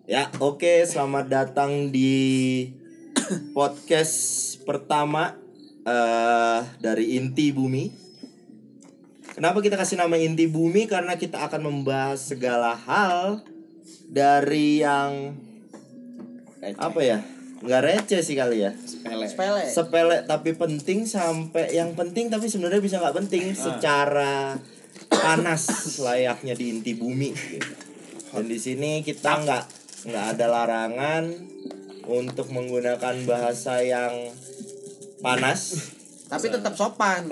Ya, oke, selamat datang di podcast pertama dari Inti Bumi. Kenapa kita kasih nama Inti Bumi? Karena kita akan membahas segala hal dari yang apa ya? Nggak receh sih kali ya. Sepele tapi penting, sampai yang penting tapi sebenarnya bisa nggak penting secara panas layaknya di Inti Bumi gitu. Dan di sini kita nggak ada larangan untuk menggunakan bahasa yang panas, tapi tetap sopan.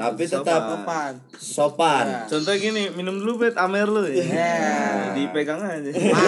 Sopan. Ya. Contoh gini, minum dulu bet amer lu ya. Yeah. Dipegang aja.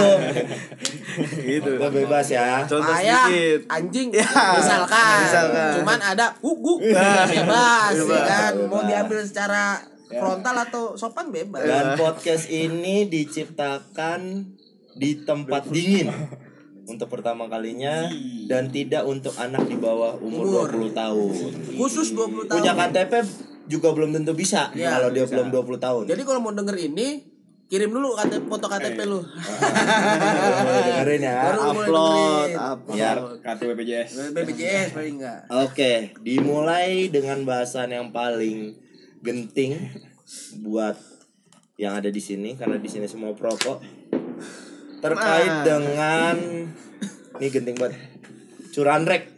Gitu. Lo bebas ya. Contoh Ayah, sedikit. anjing, Ya, misalkan. misalkan. Cuman ada bebas, ya kan. Mau Bebas. diambil secara frontal atau sopan bebas. Dan podcast ini diciptakan di tempat dingin untuk pertama kalinya dan tidak untuk anak di bawah umur 20 tahun. Khusus 20 tahun. Punya KTP juga belum tentu bisa Ya, kalau dia belum 20 tahun. Jadi kalau mau denger ini, kirim dulu foto KTP lu. Boleh dengerin ya. Baru mulai Upload, dengerin. Ya. Kartu BPJS. BPJS paling enggak. Oke, dimulai dengan bahasan yang paling genting buat yang ada di sini, karena di sini semua perokok. Terkait dengan ini genting banget. Curanrek.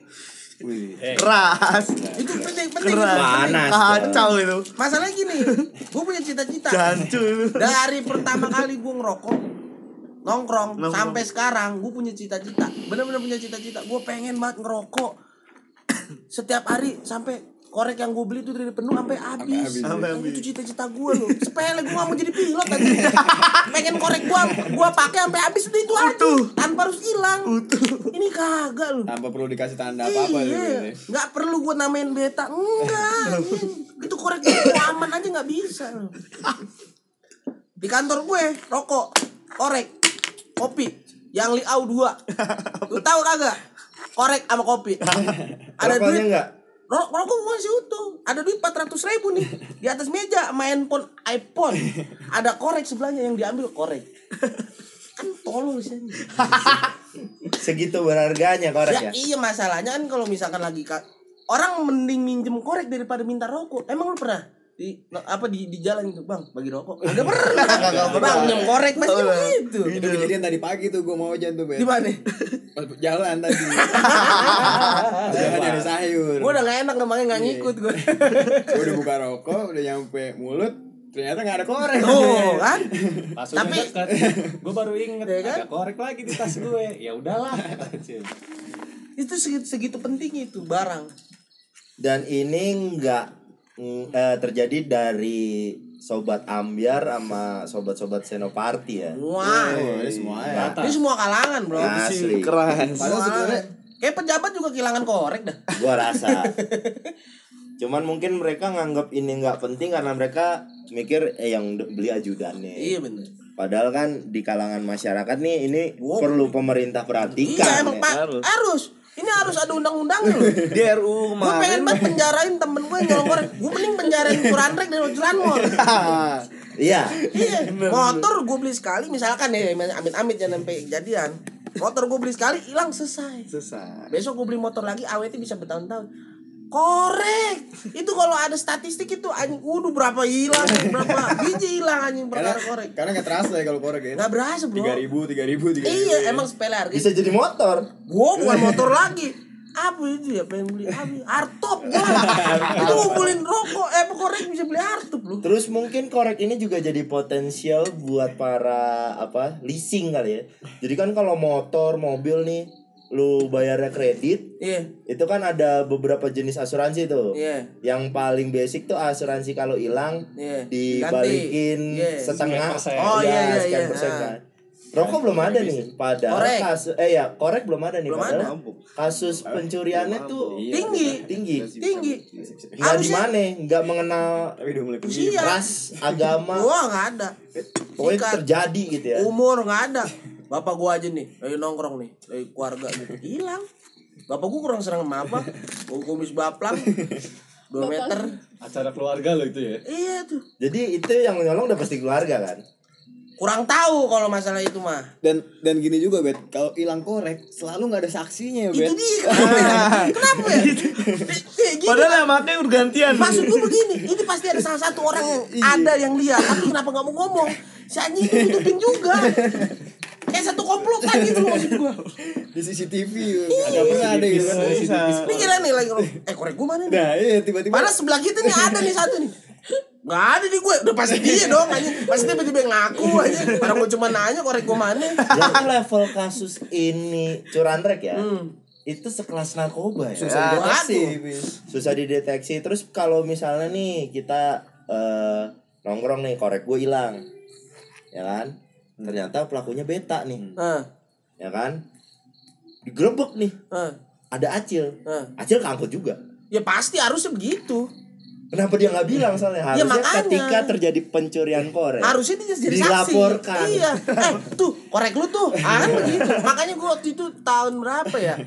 Keras. Itu penting. Panas. Kacau itu. Masalahnya gini, gue punya cita-cita. Jancu. Dari pertama kali gue ngerokok, nongkrong sampai sekarang gue punya cita-cita. Bener-bener punya cita-cita. Gue pengen banget ngerokok setiap hari sampai korek yang gue beli itu dari penuh sampai habis. Itu cita-cita gue loh. Sepele, gue gak mau jadi pilot aja. Pengen korek gue pakai sampai habis, udah itu aja. Tanpa harus hilang. Ini kagak loh. Tanpa perlu dikasih tanda apa-apa Iya, gitu. nggak perlu gue namain beta. Enggak. Itu korek gue aman aja nggak bisa. Di kantor gue rokok, korek, kopi, yang Liau 2. Lu tahu kagak? Korek sama kopi. Ada Rokoknya duit enggak? Rokok masih utuh. Ada duit 400.000 nih. Di atas meja main iPhone. Ada korek sebelahnya, yang diambil korek. Kan tolol sih. Segitu berharganya korek ya? Iya, masalahnya kan kalau misalkan lagi orang mending minjem korek daripada minta rokok. Emang lu pernah di jalan gitu, Bang, bagi rokok? Enggak pernah. Bang, minjem korek pasti gitu. Itu kejadian tadi pagi tuh, gue mau hujan tuh, Bet. Di mana? Pas jalan tadi. Jalan nyari sayur. Gua udah enggak enak namanya enggak ngikut gua. Gue udah buka rokok, udah nyampe mulut, ternyata nggak ada korek. Oh, kan? Pas Tapi- udah dekat, gue baru inget Ya kan? ada korek lagi di tas gue. Ya udahlah. Itu segitu penting itu barang. Dan ini terjadi dari Sobat Ambyar sama sobat-sobat Senoparty ya. Wah. Ini semuanya. Ini semua kalangan, Bro. Asli. Keras. Padahal sebenarnya Kayak pejabat juga kehilangan korek dah. Gua rasa. Cuman mungkin mereka nganggap ini nggak penting karena mereka mikir yang beli ajudannya. Iya bener. Padahal kan di kalangan masyarakat nih ini Wow. perlu pemerintah perhatikan. Iya emang ya. Pak, harus. Ini harus ada undang-undangnya loh. Di RU Gue pengen kemarin. banget penjarain temen gue yang nyolong korek. Gue mending penjarain curanrek dari curanmor. Iya. Iya. Motor gue beli sekali misalkan ya, amit-amit jangan sampai kejadian. Motor gue beli sekali hilang selesai. Besok gue beli motor lagi awetnya bisa bertahun-tahun. Korek itu kalau ada statistik itu anjing berapa hilang, berapa biji hilang anjing perkara korek. karena nggak terasa ya kalau korek ya. Nggak berasa bro. 3.000. Iya emang sepele harga. Bisa jadi motor. Gua bukan motor lagi. Apa itu ya pengen beli apa? Artop gua. Itu ngumpulin rokok, korek bisa beli artop lu. Terus mungkin korek ini juga jadi potensial buat para leasing kali ya. Jadi kan kalau motor, mobil nih lu bayarnya kredit, Iya. itu kan ada beberapa jenis asuransi tuh. Iya. Yang paling basic tuh asuransi kalau hilang Iya. dibalikin Iya. setengah. 10%. Oh, iya, sekian iya. persen Ah. kan. Rokok belum ada nih, padahal Korek. korek belum ada nih, Belum padahal ada. kasus pencuriannya tuh Tinggi. nggak di Harusnya- mana, nggak mengenal Tapi udah mulai Iya. ras, agama, Gua nggak ada. pokoknya Sikat. terjadi gitu ya. Umur nggak ada. Bapak gua aja nih, lagi nongkrong nih, lagi keluarga gitu. Hilang. Bapak gua kurang serang sama apa? Gua kumis baplang 2 meter. Acara keluarga lo itu ya. Iya tuh. Jadi itu yang nyolong udah pasti keluarga kan. kurang tahu kalau masalah itu mah. Dan gini juga Bet, kalau hilang korek selalu nggak ada saksinya ya Bet. Itu dia kenapa ya? Gini, Padahal yang pakai udah gantian. maksud gue begini, ini pasti ada salah satu orang yang ada yang lihat, tapi kenapa nggak mau ngomong? Si anjing itu tutupin juga. Kayak satu komplotan gitu loh maksud gue. Di CCTV nggak pernah ada gitu kan. Ini kira nih lagi korek gue mana nih? Nah iya tiba-tiba Padahal sebelah kita nih ada nih satu nih. Nggak ada di gue, udah pasti dia dong anjing. Pasti tiba-tiba ngaku aja. Padahal gue cuma nanya korek gue mana. Jadi level kasus ini curantrek ya. Itu sekelas narkoba ya. Susah dideteksi. Susah dideteksi. Terus kalau misalnya nih kita nongkrong nih, korek gue hilang. Ya kan? Ternyata pelakunya beta nih. Ya kan? Digerebek nih. Ada Acil. Acil keangkut juga. Ya pasti harusnya begitu. Kenapa dia nggak bilang soalnya? Ya, Harusnya makanya. ketika terjadi pencurian korek Harusnya dia jadi saksi. dilaporkan. Iya. Tuh korek lu tuh. Kan begitu. Makanya gue waktu itu tahun berapa ya?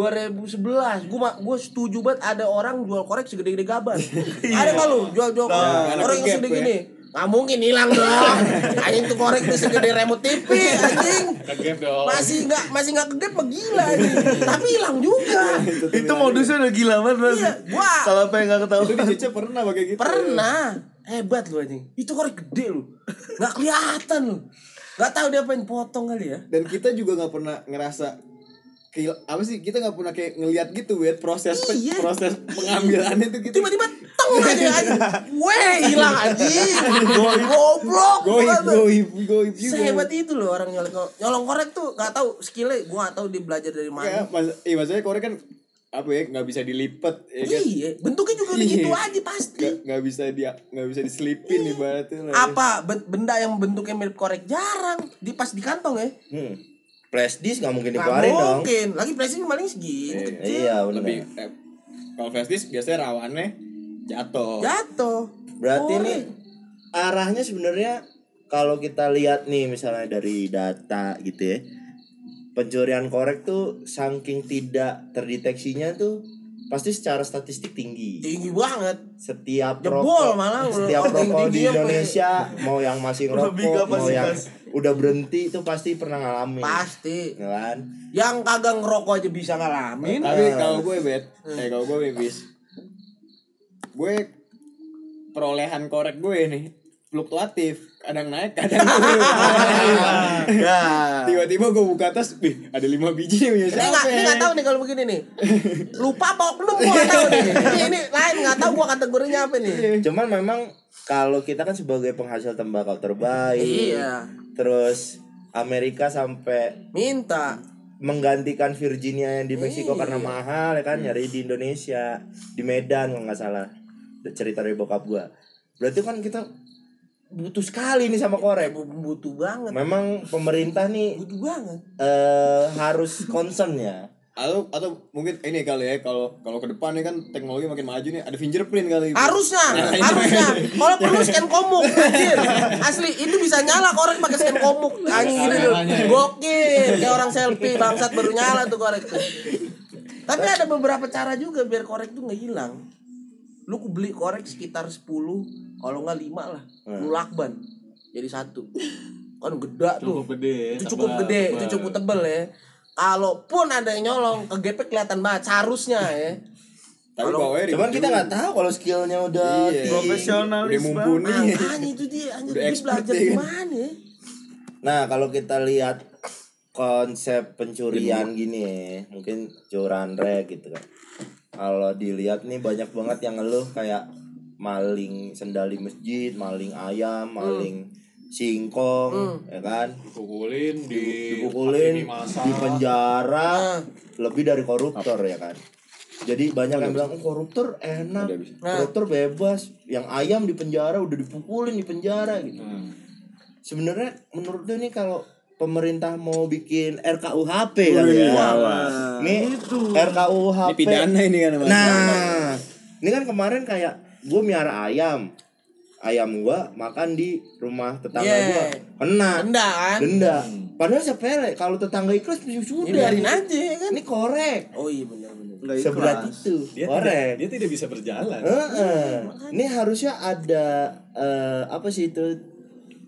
2011. Gue setuju banget ada orang jual korek segede-gede gaban. Ada nggak lu jual korek? Orang yang segede gini. Nggak mungkin hilang dong. Anjing tuh korek tuh segede remote TV anjing. Kegep dong. Masih nggak kegep mah gila anjing. Tapi hilang juga. Itu modusnya udah gila banget. Iya, gua Kalau pengen nggak ketahuan. Itu di Cice pernah pakai gitu. pernah. Hebat lu anjing. Itu korek gede lu. Nggak kelihatan lu. Nggak tahu dia apain potong kali ya. Dan kita juga nggak pernah ngerasa apa sih, kita nggak pernah kayak ngelihat gitu Bet proses Iya. proses pengambilannya itu gitu. Tiba-tiba teng aja anjing. Weh, hilang anjing. Goblok. Goib juga. Sehebat itu loh orang nyolong korek tuh nggak tahu skillnya. Gua nggak tahu dia belajar dari Ya, mana. maksudnya korek kan apa ya, nggak bisa dilipet ya kan. Iya, bentuknya juga udah gitu aja pasti. nggak bisa diselipin ibaratnya lah. Apa benda yang bentuknya mirip korek jarang pas di kantong ya? Flash disk nggak mungkin Nggak dikeluarin dong. mungkin. Lagi pressing paling segini kecil. Iya benar. Lebih kalau flash disk biasanya rawannya jatuh. Berarti Korek. ini arahnya sebenarnya kalau kita lihat nih misalnya dari data gitu ya, pencurian korek tuh saking tidak terdeteksinya tuh pasti secara statistik tinggi. Tinggi banget. Setiap Jebol rokok, malah. setiap Orang rokok di tinggi apa ya? Indonesia mau yang masih Lebih ngerokok, mau yang kapasitas. udah berhenti itu pasti pernah ngalamin. Pasti. Ya kan? Yang kagak ngerokok aja bisa ngalamin. Tapi kalau gue kalau gue Bis, gue perolehan korek gue nih fluktuatif, kadang naik kadang turun. Ya. Tiba-tiba gue buka tas, ada 5 biji nih punya siapa Ini nggak tahu nih kalau begini nih. Lupa apa belum gua nggak tahu nih. Ini lain nggak tahu gua kategorinya apa nih. Cuman memang kalau kita kan sebagai penghasil tembakau terbaik. Iya. Terus Amerika sampai Minta. menggantikan Virginia yang di Meksiko Iya. karena mahal ya kan, nyari di Indonesia, di Medan kalau nggak salah. Cerita dari bokap gua. Berarti kan kita butuh sekali nih sama korek. Butuh banget. Memang pemerintah nih Butuh banget. harus concern ya. atau mungkin ini kali ya, kalau ke depan nih kan teknologi makin maju nih, ada fingerprint kali. Harusnya. Kalau perlu scan komuk, anjir. Asli itu bisa nyala korek pakai scan komuk. Anjing gitu loh. Gokil. Kayak orang selfie bangsat baru nyala tuh korek tuh. Tapi ada beberapa cara juga biar korek tuh nggak hilang. Lu beli korek sekitar 10, kalau nggak 5 lah. Lu lakban. Jadi 1. Kan gede tuh. Cukup gede. Itu cukup gede, itu cukup tebel ya. Kalaupun ada yang nyolong, kegepek kelihatan banget seharusnya ya. Tapi bawahnya Cuman kita nggak tahu kalau skillnya udah Iya. Profesionalis Udah mumpuni. Makanya itu dia, anjir Udah dia expert belajar ya kan? gimana ya? Nah, kalau kita lihat konsep pencurian gini ya, mungkin curantrek gitu kan. Kalau dilihat nih banyak banget yang ngeluh kayak maling sendal di masjid, maling ayam, maling singkong, ya kan? Dipukulin, di penjara, lebih dari koruptor ya kan. Jadi banyak yang bilang koruptor enak, koruptor bebas, yang ayam di penjara udah dipukulin di penjara gitu. Sebenarnya menurut gue nih kalau pemerintah mau bikin RKUHP kali ya. Nih RKUHP. Ini pidana ini kan. Nah, ini kan kemarin kayak gue miara ayam gua makan di rumah tetangga gua kena Denda kan? denda. Padahal sepele, kalau tetangga ikhlas sudah. Biarin aja ya kan? Ini korek. Oh iya benar. Seberat itu. Korek. Dia tidak bisa berjalan. Ini harusnya ada apa sih itu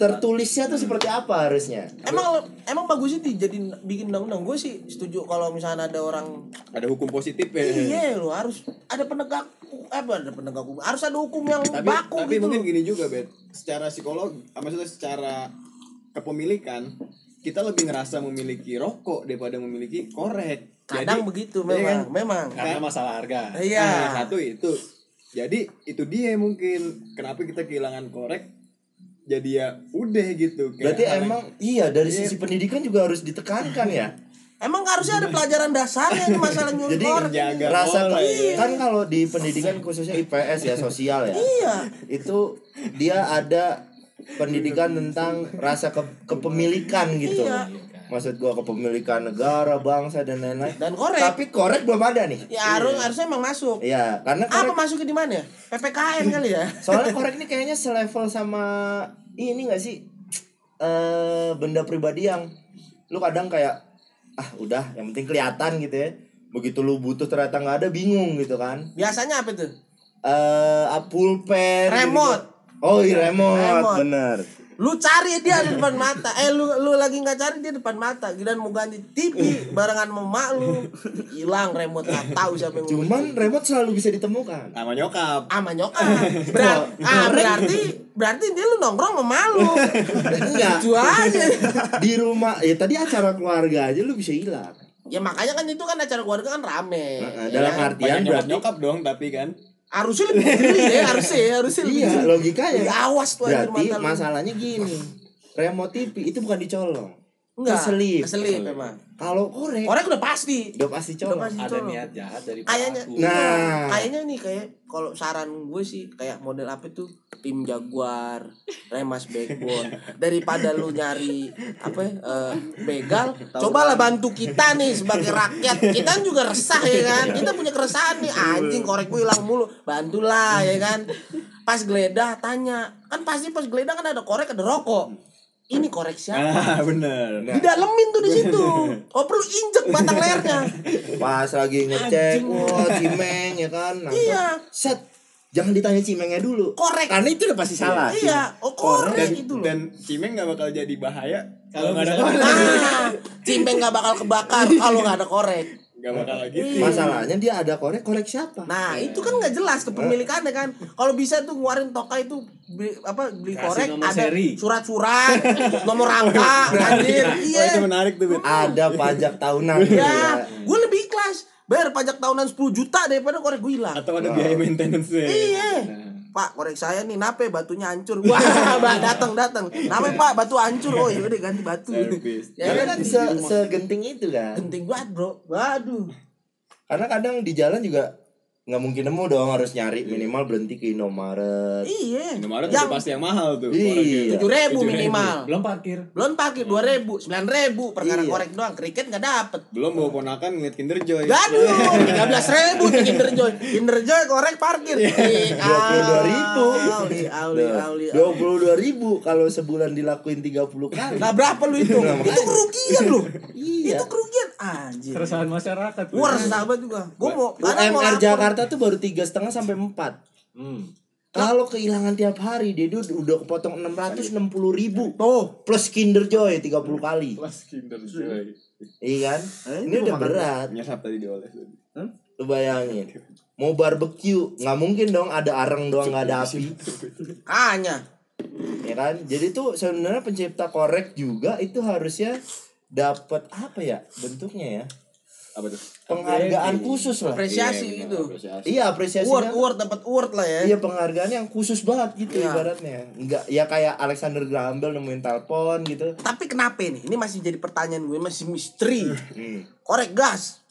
tertulisnya tuh seperti apa harusnya? Emang bagus sih jadi bikin undang-undang. Gue sih setuju kalau misalnya ada orang Ada hukum positif ya. iya lo harus ada penegak hukum. Harus ada hukum yang baku Tapi gitu. mungkin gini juga, Bet. Secara psikologi, maksudnya secara kepemilikan, kita lebih ngerasa memiliki rokok daripada memiliki korek. Kadang Jadi, begitu iya kan? memang. Karena masalah harga. Iya. Nah, satu itu. Jadi itu dia mungkin kenapa kita kehilangan korek. Jadi ya udah gitu. Kayak Berarti hal yang- emang iya dari sisi pendidikan juga harus ditekankan ya. Emang harusnya ada pelajaran dasarnya ini masalah nyuri Jadi korek. menjaga rasa korek. kan kalau di pendidikan khususnya IPS ya sosial ya. Iya. Itu dia ada pendidikan tentang rasa kepemilikan gitu. Iya. Maksud gua kepemilikan negara, bangsa dan lain-lain. Dan korek. Tapi korek belum ada nih. Ya harusnya emang masuk. Iya, karena Apa korek masuknya di mana ya? PPKN kali ya? soalnya korek ini kayaknya selevel sama ini enggak sih? Benda pribadi yang lu kadang kayak udah yang penting kelihatan gitu ya. Begitu lu butuh ternyata nggak ada bingung gitu kan. Biasanya apa tuh? Pulpen Remote. gitu. Oh iya remote. Remote. Bener. Lu cari dia di depan mata. Lu lagi nggak cari dia depan mata. Giliran mau ganti TV barengan sama mak lu. Hilang remote, nggak tahu siapa yang Cuman remote selalu bisa ditemukan. sama nyokap. sama nyokap. Berarti dia lu nongkrong sama mak lu. Enggak. Itu aja. Di rumah ya tadi acara keluarga aja lu bisa hilang. Ya makanya kan itu kan acara keluarga kan rame. Dalam Ya. artian Banyak berarti nyokap dong tapi kan. Harusnya lebih gede ya, harusnya lebih iya gede. logikanya. Lebih awas tuh anjir Berarti mata lu. masalahnya gini. Remote TV itu bukan dicolong. Enggak. Keselip. Keselip emang. Kalau korek Korek udah pasti. udah pasti Udah colong. pasti Ada colong. niat jahat dari Kayaknya pelaku. Nah. kayaknya nih kayak kalau saran gue sih kayak model apa tuh tim Jaguar, Remas Backbone daripada lu nyari begal, cobalah bantu kita nih sebagai rakyat. Kita kan juga resah ya kan. Kita punya keresahan nih anjing korek gue hilang mulu. Bantulah ya kan. Pas geledah tanya. Kan pasti pas geledah kan ada korek ada rokok. Ini korek siapa? Bener. Didalemin tuh di situ. Oh perlu injek batang lehernya. Pas lagi ngecek, wah cimeng ya kan. Nah, Iya. set. Jangan ditanya cimengnya dulu. Korek. Karena itu udah pasti salah. Iya, oh korek itu loh. Dan cimeng gak bakal jadi bahaya kalau nggak ada misalnya- korek. Nah, cimbeng gak bakal kebakar kalau gak ada korek. Gak bakal gitu. Masalahnya dia ada korek siapa? Nah, itu kan nggak jelas kepemilikannya kan. Kalau bisa tuh ngeluarin tokai itu beli Kasih korek nomor ada seri. surat-surat, nomor rangka, anjir. Oh, itu Iya. menarik tuh, Bet. Ada pajak tahunan. Ya, gue lebih ikhlas bayar pajak tahunan 10 juta daripada korek gue hilang. Atau ada biaya maintenance ya. Iya. Pak, korek saya nih nape batunya hancur. Wah, datang. Nape Pak, batu hancur. Oh, yaudah ganti batu. Servis. Ya Karena kan kan segenting itu kan. penting banget, Bro. Waduh. Karena kadang di jalan juga nggak mungkin nemu dong, harus nyari minimal berhenti ke Indomaret. Iya. Indomaret Yang udah pasti yang mahal tuh. Iya. 7.000 minimal. Belum parkir. Belum parkir 2.000, 9.000 perkara Iya. korek doang. Kriket nggak dapet. Belum bawa ponakan ngeliat Kinder Joy. Gaduh, 13.000 tuh Kinder Joy. Kinder Joy korek parkir. 22.000. Auli. 22.000 kalau sebulan dilakuin 30 kali. Nah berapa lu itu? Nah, Itu kerugian lu. Iya. Itu kerugian anjir. Keresahan masyarakat. Gua resah banget juga. Gua mau kadang mau UMR lapor. Jakarta tuh baru 3,5 sampai 4. Kalau kehilangan tiap hari dia udah kepotong 660.000 Tuh. plus Kinder Joy 30 kali. Kelas Kinder Joy. Iya kan? Ini udah berat. Nyesap tadi dioles. Lu bayangin. Mau barbecue, nggak mungkin dong ada areng doang nggak ada api. Hanya. Ya kan? Jadi tuh sebenarnya pencipta korek juga itu harusnya dapat apa ya bentuknya ya? Apa tuh? Penghargaan khusus lah. Apresiasi gitu. Iya, apresiasinya. Award dapat award lah ya. Iya, penghargaan yang khusus banget gitu Iya. ibaratnya. Enggak ya kayak Alexander Graham Bell nemuin telepon gitu. Tapi kenapa nih? Ini masih jadi pertanyaan gue, masih misteri. Hmm. Korek gas.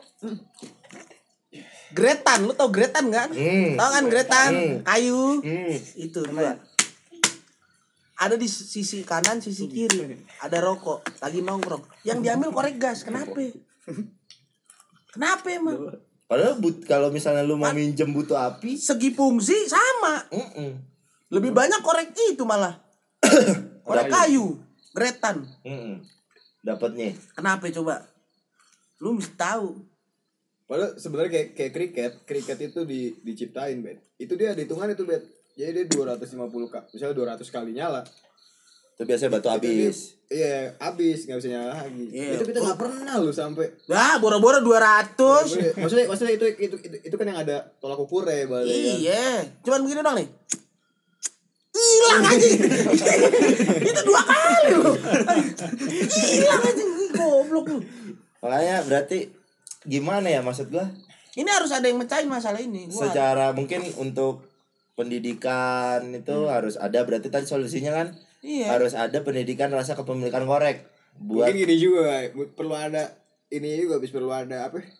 Gretan, lu tau Gretan kan? Tau kan Gretan? Kayu. Itu dua. Ada di sisi kanan, sisi kiri. Ada rokok, lagi nongkrong. Yang diambil korek gas, kenapa? Kenapa emang? Padahal kalau misalnya lu mau minjem butuh api, Segi fungsi sama. Lebih banyak korek itu malah. Korek kayu, Gretan. dapatnya. Kenapa coba? Lu mesti tahu. Padahal sebenarnya kayak kriket itu diciptain, Bet. Itu dia ada hitungan itu, Bet. Jadi dia 250 misalnya 200 kali nyala. Itu biasanya batu habis. Iya, habis nggak bisa nyala lagi. Iya. Itu kita nggak pernah lu sampai. Wah, boro-boro 200. Maksudnya itu kan yang ada tolak ukurnya balik. Iya, cuman begini dong nih. Hilang aja. Itu 2 kali loh. Hilang aja, goblok lu. Makanya berarti gimana ya maksud gua? Ini harus ada yang mecahin masalah ini. Secara mungkin untuk pendidikan itu harus ada, berarti tadi solusinya kan Iya. harus ada pendidikan rasa kepemilikan korek buat Mungkin gini juga, perlu ada ini juga perlu ada apa?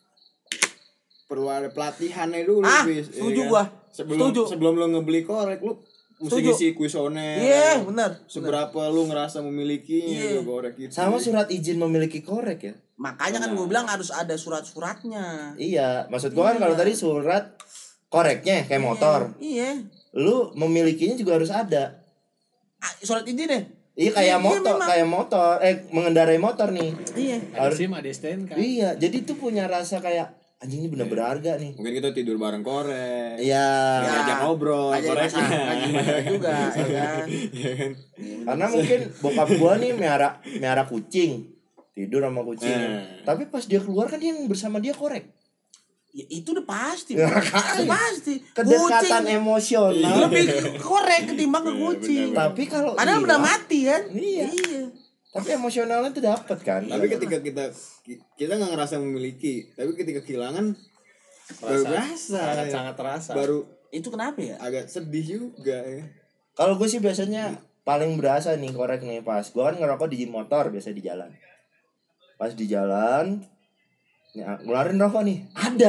Perlu ada pelatihannya dulu, bis. setuju Iya kan? gua. Setuju. Sebelum lu ngebeli korek lu mesti Setuju. ngisi kuesioner. Iya, benar. Seberapa lu ngerasa memilikinya Iya. korek itu. sama surat izin memiliki korek ya. Makanya kan gue bilang harus ada surat-suratnya. Iya, maksud gua kan kalau tadi surat koreknya kayak motor, Iya. lu memilikinya juga harus ada. Surat izin deh. Iya kayak motor, memang. kayak motor, mengendarai motor nih. Iya. Ada SIM, ada STNK. Iya, jadi tuh punya rasa kayak anjing ini bener berharga nih. Mungkin kita tidur bareng korek. Iya. Ngajak ngobrol Aja koreknya. masalah juga, ya kan. Karena mungkin bokap gua nih miara kucing, tidur sama kucing. Tapi pas dia keluar kan yang bersama dia korek. Ya itu udah pasti. Ya, Itu pasti. Kedekatan Kucing emosional. lebih korek ketimbang ke kucing. Tapi kalau Padahal udah hilang, mati kan? Iya. Tapi emosionalnya tuh dapet kan. Tapi ketika kita nggak ngerasa memiliki, tapi ketika kehilangan baru berasa. Sangat terasa. Baru Itu kenapa ya? agak sedih juga ya. Kalau gue sih biasanya paling berasa nih korek nih pas gue kan ngerokok di motor biasa di jalan. Pas di jalan ngeluarin rokok nih,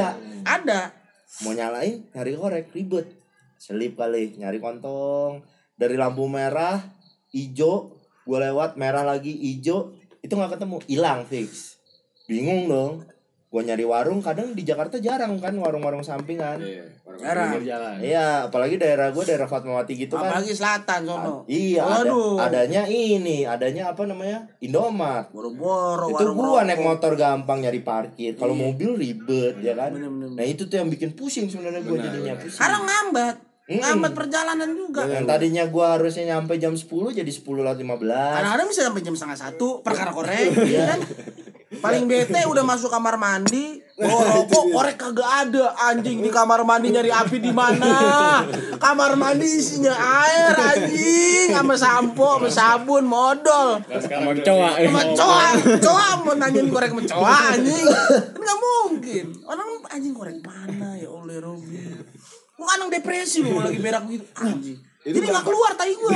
Ada. mau nyalain nyari korek ribet, selip kali nyari kontong dari lampu merah ijo, gue lewat merah lagi ijo, itu nggak ketemu, hilang fix, bingung dong. Gue nyari warung, kadang di Jakarta jarang kan warung-warung sampingan. Iya, Jarang. Pinggir jalan. Iya, apalagi daerah gue daerah Fatmawati gitu kan. Apalagi selatan sono. Iya, Waduh. adanya apa namanya? Indomart. Boro-boro Itu warung gua rokok. naik motor gampang nyari parkir. Kalau Iya. mobil ribet ya kan. Bener-bener. Nah, itu tuh yang bikin pusing sebenarnya gua jadinya pusing. Sekarang ngambat. Ngambat perjalanan juga. Yang tadinya gua harusnya nyampe jam 10 jadi 10:15. Kadang-kadang bisa sampai jam 12:30 perkara korek, ya kan? Paling bete udah masuk kamar mandi, bawa rokok, korek kagak ada, anjing di kamar mandi nyari api di mana? Kamar mandi isinya air, anjing, sama sampo, sama sabun, modal. Sama kecoa. Sama coa mau nanyain korek sama coa anjing. Kan nggak mungkin. Orang anjing korek mana ya Allah Robi. Gua kadang depresi loh lagi berak gitu anjing. Jadi nggak keluar tai gua.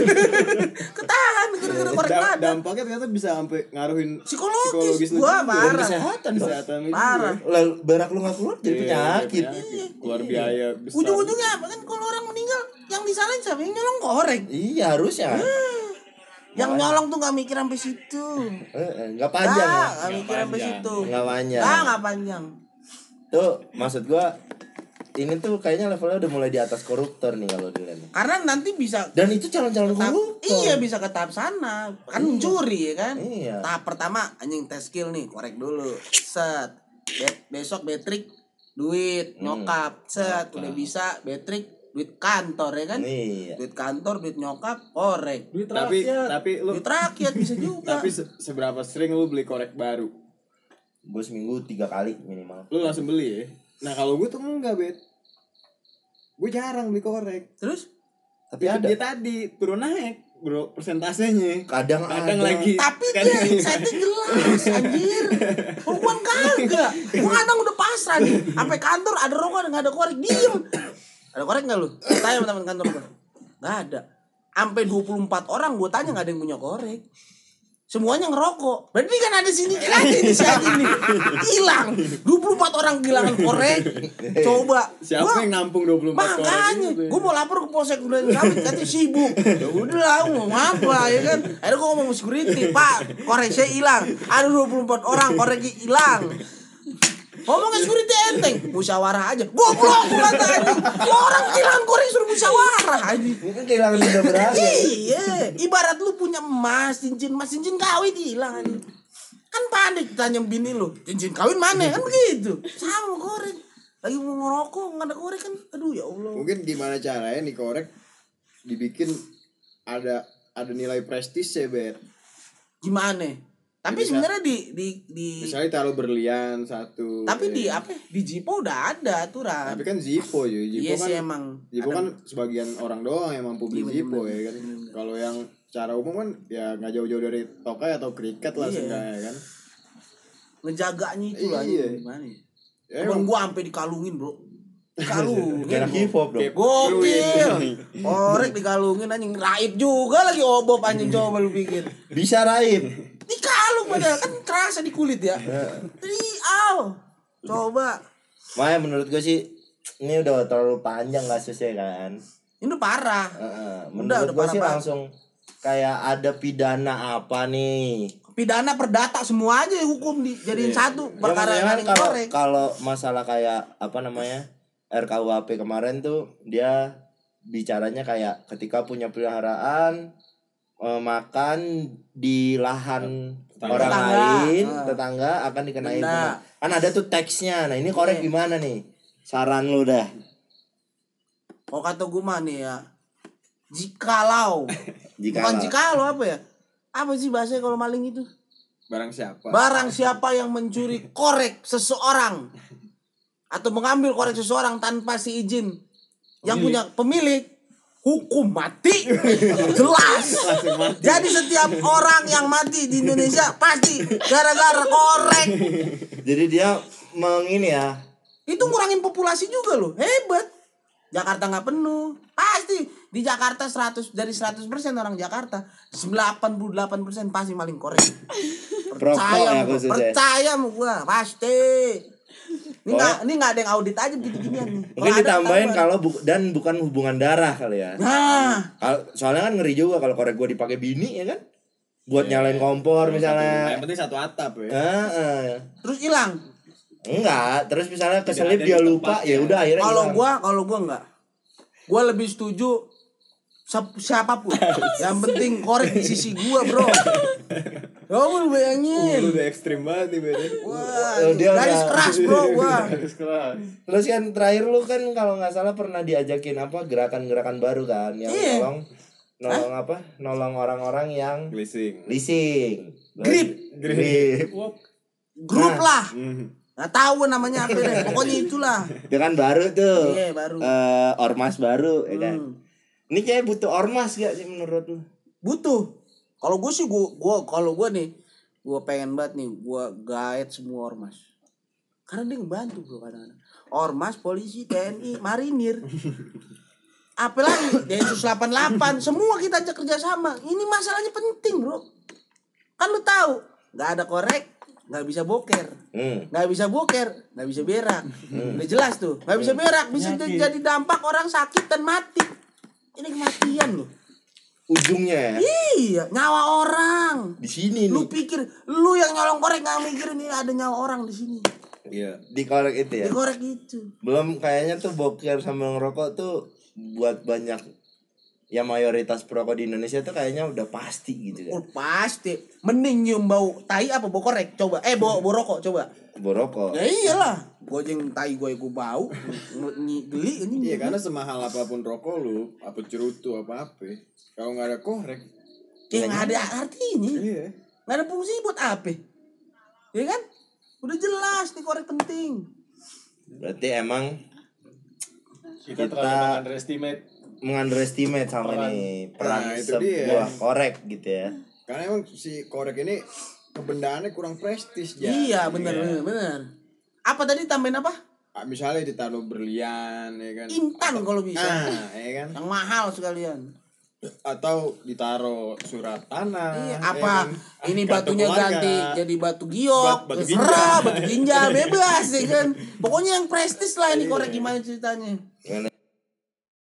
Ketahan gara-gara korek nggak ada. Dampaknya ternyata bisa sampai ngaruhin Psikologis lu gua juga. parah. Kesehatan dong. Kesehatan lu Parah. juga. Lah, berak lu nggak keluar jadi Iya, penyakit. Keluar biaya besar. Ujung-ujungnya apa kan kalau orang meninggal yang disalahin siapa? Yang nyolong korek. Iya, harusnya. Yang nyolong tuh nggak mikir sampai situ. Nggak panjang ya. Nggak mikir sampai situ. Nggak panjang. Nggak panjang. Tuh, maksud gua ini tuh kayaknya levelnya udah mulai di atas koruptor nih kalau dilihat. Karena nanti bisa Dan itu calon-calon koruptor. iya bisa ke tahap sana. Kan mencuri ya kan. Iya. Tahap pertama anjing tes skill nih, korek dulu. Set. Besok betrik duit nyokap. Set, udah bisa betrik duit kantor ya kan. Iya. Duit kantor, duit nyokap, korek. Duit Tapi rakyat. lu Duit rakyat bisa juga. tapi seberapa sering lu beli korek baru? Gue seminggu 3 kali minimal. Lu langsung beli ya? Nah kalau gue tuh enggak, Bet. Gue jarang beli korek. Terus Tapi Itu ada. dia tadi turun naik, bro, persentasenya. Kadang ada. lagi. tapi kadang dia setting jelas anjir. Bukan kagak. Gua kadang udah pasrah nih. Sampai kantor ada rokok enggak ada korek, diem. Ada korek enggak lu? Tanya sama teman kantor gua. Enggak ada. Sampai 24 orang gua tanya enggak ada yang punya korek. Semuanya ngerokok. Berarti kan ada sini lagi nih si anjing nih. Hilang. 24 orang kehilangan korek. Coba. Siapa Gua- yang nampung 24 korek Makanya, itu? gue mau lapor ke Polsek Duren Sawit, katanya sibuk. Ya udah lah, mau apa ya kan? Akhirnya gue ngomong ke security, Pak, korek saya hilang. Ada 24 orang, koreknya hilang. Ngomong ke security enteng, musyawarah aja. Goblok, kata anjing. Orang hilang korek suruh musyawarah anjing. Mungkin kehilangan benda berharga. Iya, ibarat lu punya emas, cincin kawin hilang anjing. Kan panik tanya bini lu, cincin kawin mana? Kan begitu. Sama korek. Lagi mau ngerokok nggak ada korek kan, aduh ya Allah. Mungkin gimana caranya nih korek dibikin ada ada nilai prestis ya, Bet. Gimana? Tapi Bisa. sebenarnya di Misalnya taruh berlian satu. tapi ya. di apa? Di Jipo udah ada aturan. Tapi kan Zippo ya. Zippo Iya kan sih emang. Zippo Ada- kan sebagian orang doang yang mampu beli Iya, Zippo bener-bener. ya kan. Kalau yang secara umum kan ya nggak jauh-jauh dari tokai atau kriket lah Iya. seenggaknya kan. ngejaganya itu lah Iya. gimana ya? Ya, Temen emang. gua sampai dikalungin, Bro. Dikalungin. Kayak anak hip hop dong. Gokil. Korek dikalungin anjing, raib juga lagi obob anjing, coba lu pikir. Bisa raib. Dikalung padahal kan kerasa di kulit ya. Aw. Coba. Makanya menurut gue sih ini udah terlalu panjang kasusnya kan. Ini udah parah. Menurut gue parah sih banget. langsung kayak ada pidana apa nih. Pidana perdata semua aja hukum dijadiin satu Ya, perkara maksudnya kan yang kalau korek. kalau masalah kayak apa namanya RKUHP kemarin tuh dia bicaranya kayak ketika punya peliharaan makan di lahan orang Tetangga. lain Ah. tetangga akan dikenain Denda. kan ada tuh teksnya. Nah ini korek Iya. gimana nih? Saran lu dah. Oh kata gue mah nih ya. Jikalau. Bukan jikalau apa ya? Apa sih bahasanya kalau maling itu? Barang siapa? Barang siapa yang mencuri korek seseorang atau mengambil korek seseorang tanpa si izin yang punya pemilik, hukum mati. Jelas. Jadi setiap orang yang mati di Indonesia pasti gara-gara korek. Jadi dia mengini ya. Itu ngurangin populasi juga loh. Hebat. Jakarta nggak penuh. Pasti di Jakarta 100 dari 100% orang Jakarta 98% pasti maling korek. Rokok ya khususnya. Percaya sama gua, pasti. Ini nggak ada yang audit aja gitu-ginian nih. Mungkin Kalau ada, ditambahin tambah. kalau dan bukan hubungan darah kali ya. Nah, Soalnya kan ngeri juga kalau korek gue dipakai bini ya kan. Buat nyalain kompor misalnya. Yang penting satu atap ya. Heeh. terus hilang. Enggak, terus misalnya keselip ada dia di lupa, tempatnya. ya udah akhirnya Kalau gua enggak. Gua lebih setuju siapapun. Yang penting korek di sisi gua, Bro. Kamu bayangin. Lu udah ekstrim banget nih, Bet. Wah, Dia garis udah- keras, Bro, gua. Terus kan terakhir lu kan kalau nggak salah pernah diajakin apa gerakan-gerakan baru kan yang Iya. nolong apa? Nolong orang-orang yang Leasing. leasing. Grip. Grip. Grup lah. Hmm. Nggak tahu namanya apa deh. Pokoknya itulah. Itu kan baru tuh. Iya, baru. Ormas baru ya kan. Ini kayak butuh ormas gak sih menurut lu? Butuh. Kalau gue sih kalau gue nih, gue pengen banget nih, gue guide semua ormas. Karena dia ngebantu bro kadang-kadang. Ormas, polisi, TNI, marinir. Apalagi Densus 88, semua kita ajak kerjasama. Ini masalahnya penting bro. Kan lu tahu, nggak ada korek, nggak bisa boker. Nggak bisa boker, nggak bisa berak. Udah jelas tuh, nggak bisa berak, bisa jadi dampak orang sakit dan mati. Ini kematian loh. Ujungnya ya Iya, nyawa orang. di sini Lu nih. pikir lu yang nyolong korek nggak mikirin ini ada nyawa orang di sini. Iya. Di korek itu ya. Dikorek itu. Belum kayaknya tuh boker sambil ngerokok tuh buat banyak ya mayoritas perokok di Indonesia tuh kayaknya udah pasti gitu Oh, kan. pasti. Mending nyium bau tai apa bau korek? Coba. Bau rokok coba. Borokok. Ya iyalah. Gue yang tai gue bau. Geli ini. Iya, karena semahal apapun rokok lu, apa cerutu apa-apa, kalau nggak ada korek, Ya nggak ada artinya. iya. Nggak ada fungsi buat apa? Ya kan? Udah jelas nih korek penting. Berarti emang Kita terlalu mengunderestimate sama Peran. nih peran Nah, itu sebuah dia. korek gitu ya. Karena emang si korek ini kebendaannya kurang prestis ya. Iya, benar. Apa tadi tambahin apa? Misalnya ditaruh berlian ya kan. Intan kalau bisa. Nah, ya kan. Yang mahal sekalian. Atau ditaruh surat tanah. Iya, ya apa kan? ini Kartu batunya keluarga. ganti jadi batu giok, Batu terserah, batu ginjal bebas ya kan. Pokoknya yang prestis lah ini korek gimana ceritanya. Gimana